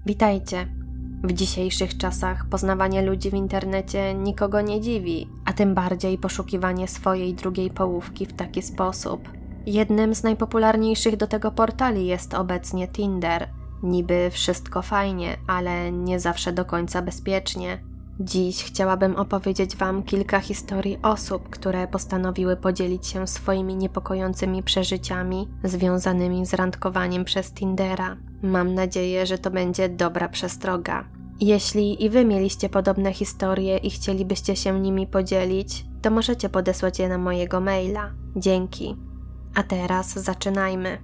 Witajcie. W dzisiejszych czasach poznawanie ludzi w internecie nikogo nie dziwi, a tym bardziej poszukiwanie swojej drugiej połówki w taki sposób. Jednym z najpopularniejszych do tego portali jest obecnie Tinder. Niby wszystko fajnie, ale nie zawsze do końca bezpiecznie. Dziś chciałabym opowiedzieć Wam kilka historii osób, które postanowiły podzielić się swoimi niepokojącymi przeżyciami związanymi z randkowaniem przez Tindera. Mam nadzieję, że to będzie dobra przestroga. Jeśli i Wy mieliście podobne historie i chcielibyście się nimi podzielić, to możecie podesłać je na mojego maila. Dzięki. A teraz zaczynajmy.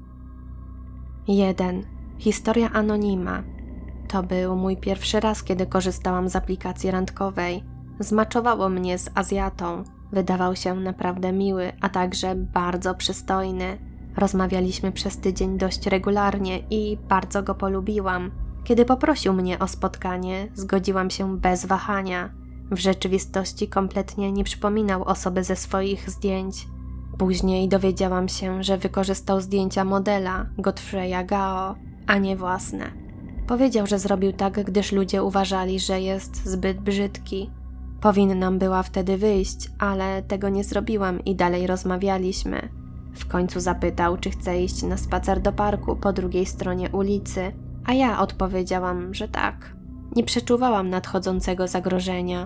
1. Historia anonima. To był mój pierwszy raz, kiedy korzystałam z aplikacji randkowej. Zmaczowało mnie z Azjatą. Wydawał się naprawdę miły, a także bardzo przystojny. Rozmawialiśmy przez tydzień dość regularnie i bardzo go polubiłam. Kiedy poprosił mnie o spotkanie, zgodziłam się bez wahania. W rzeczywistości kompletnie nie przypominał osoby ze swoich zdjęć. Później dowiedziałam się, że wykorzystał zdjęcia modela Godfreya Gao, a nie własne. Powiedział, że zrobił tak, gdyż ludzie uważali, że jest zbyt brzydki. Powinnam była wtedy wyjść, ale tego nie zrobiłam i dalej rozmawialiśmy. W końcu zapytał, czy chcę iść na spacer do parku po drugiej stronie ulicy, a ja odpowiedziałam, że tak. Nie przeczuwałam nadchodzącego zagrożenia.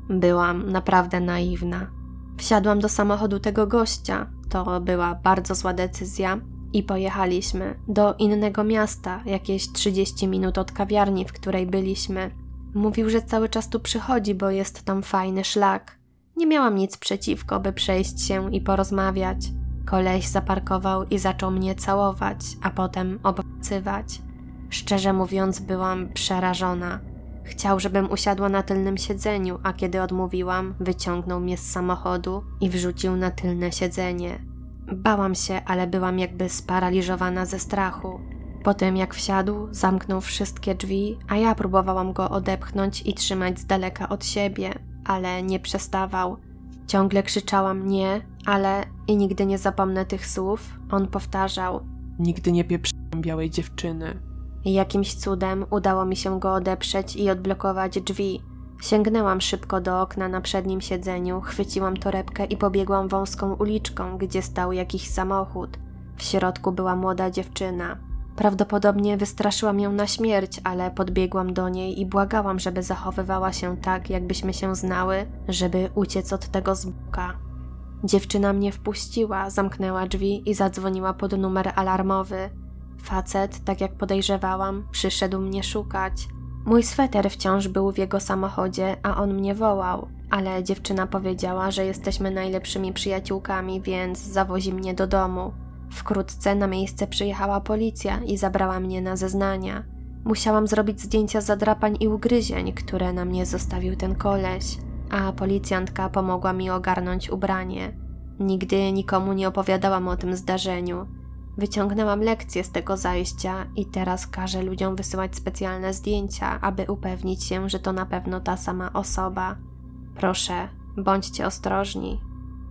Byłam naprawdę naiwna. Wsiadłam do samochodu tego gościa, to była bardzo zła decyzja i pojechaliśmy do innego miasta, jakieś 30 minut od kawiarni, w której byliśmy. Mówił, że cały czas tu przychodzi, bo jest tam fajny szlak. Nie miałam nic przeciwko, by przejść się i porozmawiać. Koleś zaparkował i zaczął mnie całować, a potem obcywać. Szczerze mówiąc, byłam przerażona. Chciał, żebym usiadła na tylnym siedzeniu, a kiedy odmówiłam, wyciągnął mnie z samochodu i wrzucił na tylne siedzenie. Bałam się, ale byłam jakby sparaliżowana ze strachu. Po tym jak wsiadł, zamknął wszystkie drzwi, a ja próbowałam go odepchnąć i trzymać z daleka od siebie, ale nie przestawał. Ciągle krzyczałam nie, ale i nigdy nie zapomnę tych słów. On powtarzał: Nigdy nie pieprzyłem białej dziewczyny. Jakimś cudem udało mi się go odeprzeć i odblokować drzwi. Sięgnęłam szybko do okna na przednim siedzeniu, chwyciłam torebkę i pobiegłam wąską uliczką, gdzie stał jakiś samochód. W środku była młoda dziewczyna. Prawdopodobnie wystraszyłam ją na śmierć, ale podbiegłam do niej i błagałam, żeby zachowywała się tak, jakbyśmy się znały, żeby uciec od tego zbuka. Dziewczyna mnie wpuściła, zamknęła drzwi i zadzwoniła pod numer alarmowy. Facet, tak jak podejrzewałam, przyszedł mnie szukać. Mój sweter wciąż był w jego samochodzie, a on mnie wołał, ale dziewczyna powiedziała, że jesteśmy najlepszymi przyjaciółkami, więc zawozi mnie do domu. Wkrótce na miejsce przyjechała policja i zabrała mnie na zeznania. Musiałam zrobić zdjęcia zadrapań i ugryzień, które na mnie zostawił ten koleś, a policjantka pomogła mi ogarnąć ubranie. Nigdy nikomu nie opowiadałam o tym zdarzeniu. Wyciągnęłam lekcję z tego zajścia i teraz każę ludziom wysyłać specjalne zdjęcia, aby upewnić się, że to na pewno ta sama osoba. Proszę, bądźcie ostrożni.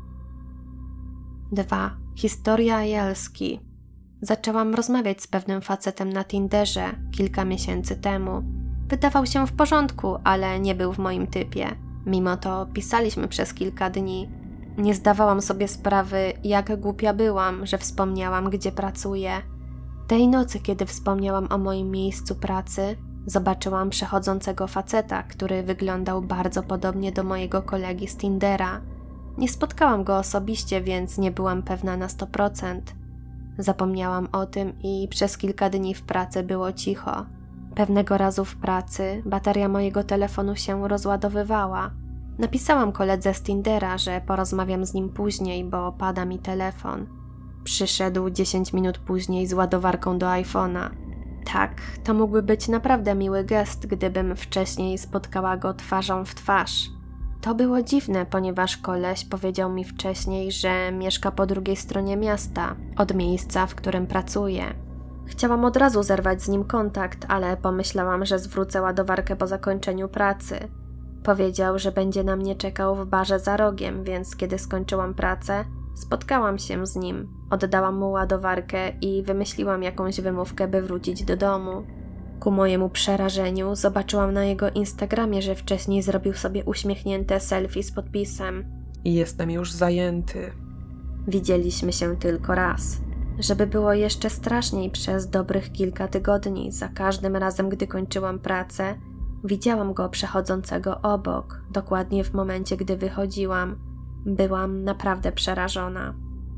2. Historia Jelski. Zaczęłam rozmawiać z pewnym facetem na Tinderze kilka miesięcy temu. Wydawał się w porządku, ale nie był w moim typie. Mimo to pisaliśmy przez kilka dni. Nie zdawałam sobie sprawy, jak głupia byłam, że wspomniałam, gdzie pracuję. Tej nocy, kiedy wspomniałam o moim miejscu pracy, zobaczyłam przechodzącego faceta, który wyglądał bardzo podobnie do mojego kolegi z Tindera. Nie spotkałam go osobiście, więc nie byłam pewna na 100%. Zapomniałam o tym i przez kilka dni w pracy było cicho. Pewnego razu w pracy bateria mojego telefonu się rozładowywała. Napisałam koledze z Tindera, że porozmawiam z nim później, bo pada mi telefon. Przyszedł 10 minut później z ładowarką do iPhone'a. Tak, to mógłby być naprawdę miły gest, gdybym wcześniej spotkała go twarzą w twarz. To było dziwne, ponieważ koleś powiedział mi wcześniej, że mieszka po drugiej stronie miasta, od miejsca, w którym pracuje. Chciałam od razu zerwać z nim kontakt, ale pomyślałam, że zwrócę ładowarkę po zakończeniu pracy. Powiedział, że będzie na mnie czekał w barze za rogiem, więc kiedy skończyłam pracę, spotkałam się z nim. Oddałam mu ładowarkę i wymyśliłam jakąś wymówkę, by wrócić do domu. Ku mojemu przerażeniu zobaczyłam na jego Instagramie, że wcześniej zrobił sobie uśmiechnięte selfie z podpisem: Jestem już zajęty. Widzieliśmy się tylko raz. Żeby było jeszcze straszniej, przez dobrych kilka tygodni, za każdym razem, gdy kończyłam pracę, widziałam go przechodzącego obok, dokładnie w momencie, gdy wychodziłam. Byłam naprawdę przerażona.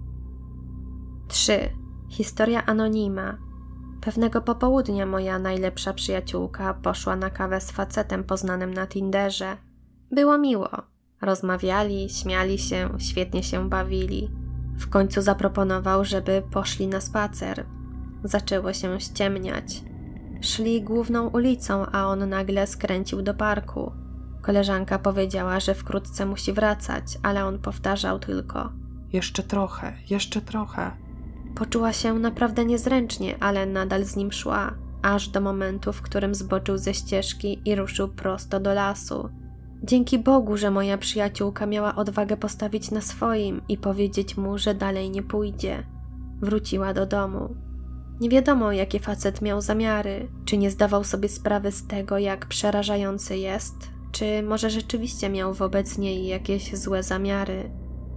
3. Historia anonima. Pewnego popołudnia moja najlepsza przyjaciółka poszła na kawę z facetem poznanym na Tinderze. Było miło. Rozmawiali, śmiali się, świetnie się bawili. W końcu zaproponował, żeby poszli na spacer. Zaczęło się ściemniać. Szli główną ulicą, a on nagle skręcił do parku. Koleżanka powiedziała, że wkrótce musi wracać, ale on powtarzał tylko: Jeszcze trochę, jeszcze trochę. Poczuła się naprawdę niezręcznie, ale nadal z nim szła, aż do momentu, w którym zboczył ze ścieżki i ruszył prosto do lasu. Dzięki Bogu, że moja przyjaciółka miała odwagę postawić na swoim i powiedzieć mu, że dalej nie pójdzie. Wróciła do domu. Nie wiadomo, jakie facet miał zamiary, czy nie zdawał sobie sprawy z tego, jak przerażający jest, czy może rzeczywiście miał wobec niej jakieś złe zamiary.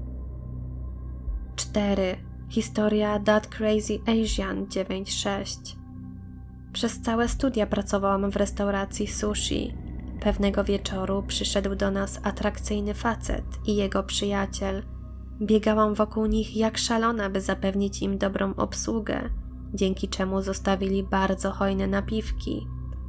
4. Historia That Crazy Asian 9-6. Przez całe studia pracowałam w restauracji sushi. Pewnego wieczoru przyszedł do nas atrakcyjny facet i jego przyjaciel. Biegałam wokół nich jak szalona, by zapewnić im dobrą obsługę, dzięki czemu zostawili bardzo hojne napiwki.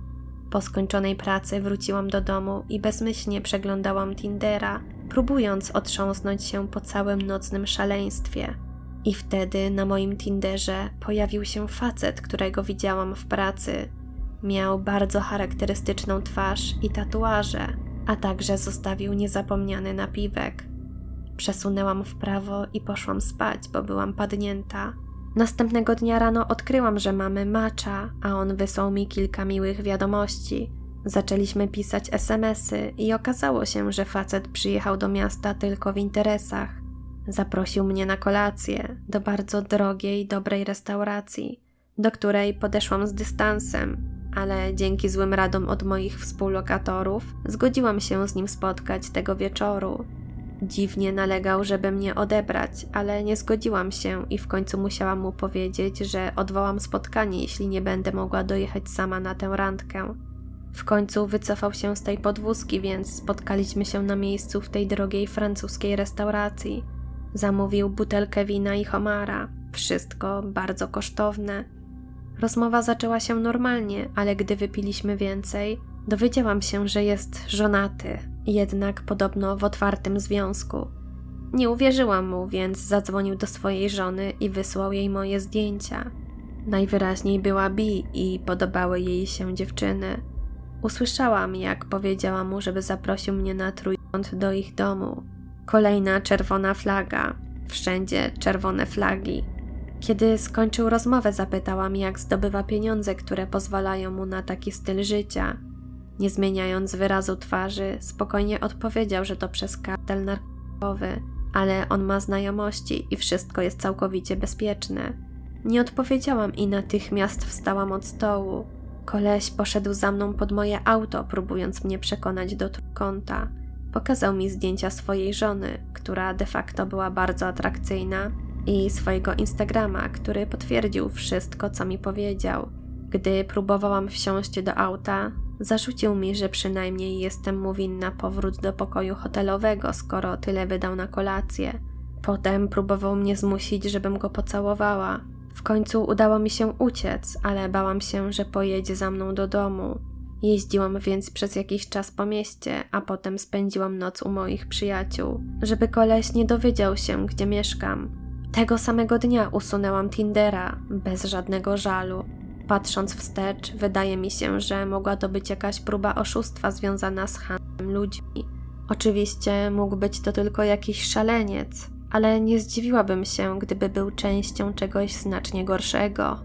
Po skończonej pracy wróciłam do domu i bezmyślnie przeglądałam Tindera, próbując otrząsnąć się po całym nocnym szaleństwie. I wtedy na moim Tinderze pojawił się facet, którego widziałam w pracy. Miał bardzo charakterystyczną twarz i tatuaże, a także zostawił niezapomniany napiwek. Przesunęłam w prawo i poszłam spać, bo byłam padnięta. Następnego dnia rano odkryłam, że mamy matcha, a on wysłał mi kilka miłych wiadomości. Zaczęliśmy pisać SMS-y i okazało się, że facet przyjechał do miasta tylko w interesach. Zaprosił mnie na kolację do bardzo drogiej, dobrej restauracji, do której podeszłam z dystansem, ale dzięki złym radom od moich współlokatorów zgodziłam się z nim spotkać tego wieczoru. Dziwnie nalegał, żeby mnie odebrać, ale nie zgodziłam się i w końcu musiałam mu powiedzieć, że odwołam spotkanie, jeśli nie będę mogła dojechać sama na tę randkę. W końcu wycofał się z tej podwózki, więc spotkaliśmy się na miejscu w tej drogiej francuskiej restauracji. Zamówił butelkę wina i homara. Wszystko bardzo kosztowne. Rozmowa zaczęła się normalnie, ale gdy wypiliśmy więcej, dowiedziałam się, że jest żonaty, jednak podobno w otwartym związku. Nie uwierzyłam mu, więc zadzwonił do swojej żony i wysłał jej moje zdjęcia. Najwyraźniej była bi i podobały jej się dziewczyny. Usłyszałam, jak powiedziała mu, żeby zaprosił mnie na trójkąt do ich domu. Kolejna czerwona flaga. Wszędzie czerwone flagi. Kiedy skończył rozmowę, zapytałam, jak zdobywa pieniądze, które pozwalają mu na taki styl życia. Nie zmieniając wyrazu twarzy, spokojnie odpowiedział, że to przez kartel narkotykowy, ale on ma znajomości i wszystko jest całkowicie bezpieczne. Nie odpowiedziałam i natychmiast wstałam od stołu. Koleś poszedł za mną pod moje auto, próbując mnie przekonać do trójkąta. Pokazał mi zdjęcia swojej żony, która de facto była bardzo atrakcyjna, i swojego Instagrama, który potwierdził wszystko, co mi powiedział. Gdy próbowałam wsiąść do auta, zarzucił mi, że przynajmniej jestem mu winna powrót do pokoju hotelowego, skoro tyle wydał na kolację. Potem próbował mnie zmusić, żebym go pocałowała. W końcu udało mi się uciec, ale bałam się, że pojedzie za mną do domu. Jeździłam więc przez jakiś czas po mieście, a potem spędziłam noc u moich przyjaciół, żeby koleś nie dowiedział się, gdzie mieszkam. Tego samego dnia usunęłam Tindera, bez żadnego żalu. Patrząc wstecz, wydaje mi się, że mogła to być jakaś próba oszustwa związana z handlem ludźmi. Oczywiście mógł być to tylko jakiś szaleniec, ale nie zdziwiłabym się, gdyby był częścią czegoś znacznie gorszego.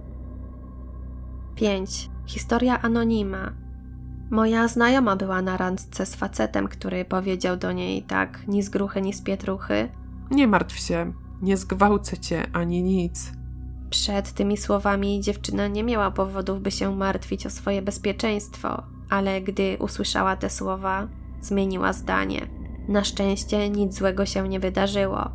5. Historia anonima. Moja znajoma była na randce z facetem, który powiedział do niej tak, ni z gruchy, ni z pietruchy: Nie martw się, nie zgwałcę cię ani nic. Przed tymi słowami dziewczyna nie miała powodów, by się martwić o swoje bezpieczeństwo, ale gdy usłyszała te słowa, zmieniła zdanie. Na szczęście nic złego się nie wydarzyło.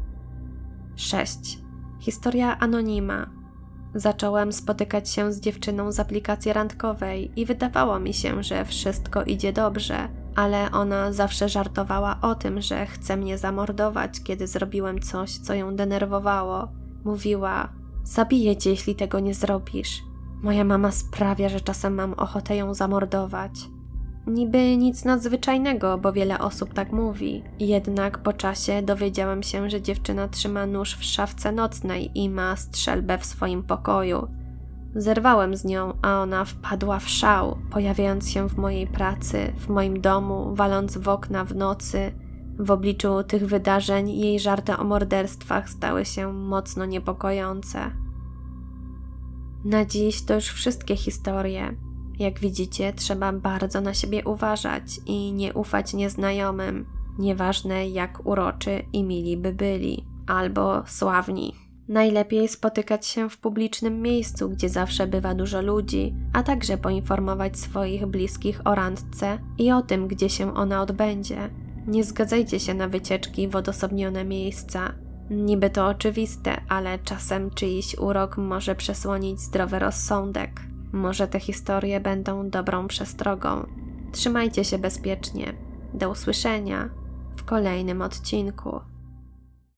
6. Historia anonima. Zacząłem spotykać się z dziewczyną z aplikacji randkowej i wydawało mi się, że wszystko idzie dobrze, ale ona zawsze żartowała o tym, że chce mnie zamordować, kiedy zrobiłem coś, co ją denerwowało. Mówiła: zabiję cię, jeśli tego nie zrobisz. Moja mama sprawia, że czasem mam ochotę ją zamordować. Niby nic nadzwyczajnego, bo wiele osób tak mówi. Jednak po czasie dowiedziałem się, że dziewczyna trzyma nóż w szafce nocnej i ma strzelbę w swoim pokoju. Zerwałem z nią, a ona wpadła w szał, pojawiając się w mojej pracy, w moim domu, waląc w okna w nocy. W obliczu tych wydarzeń jej żarty o morderstwach stały się mocno niepokojące. Na dziś to już wszystkie historie. Jak widzicie, trzeba bardzo na siebie uważać i nie ufać nieznajomym, nieważne jak uroczy i mili by byli, albo sławni. Najlepiej spotykać się w publicznym miejscu, gdzie zawsze bywa dużo ludzi, a także poinformować swoich bliskich o randce i o tym, gdzie się ona odbędzie. Nie zgadzajcie się na wycieczki w odosobnione miejsca. Niby to oczywiste, ale czasem czyjś urok może przesłonić zdrowy rozsądek. Może te historie będą dobrą przestrogą. Trzymajcie się bezpiecznie. Do usłyszenia w kolejnym odcinku.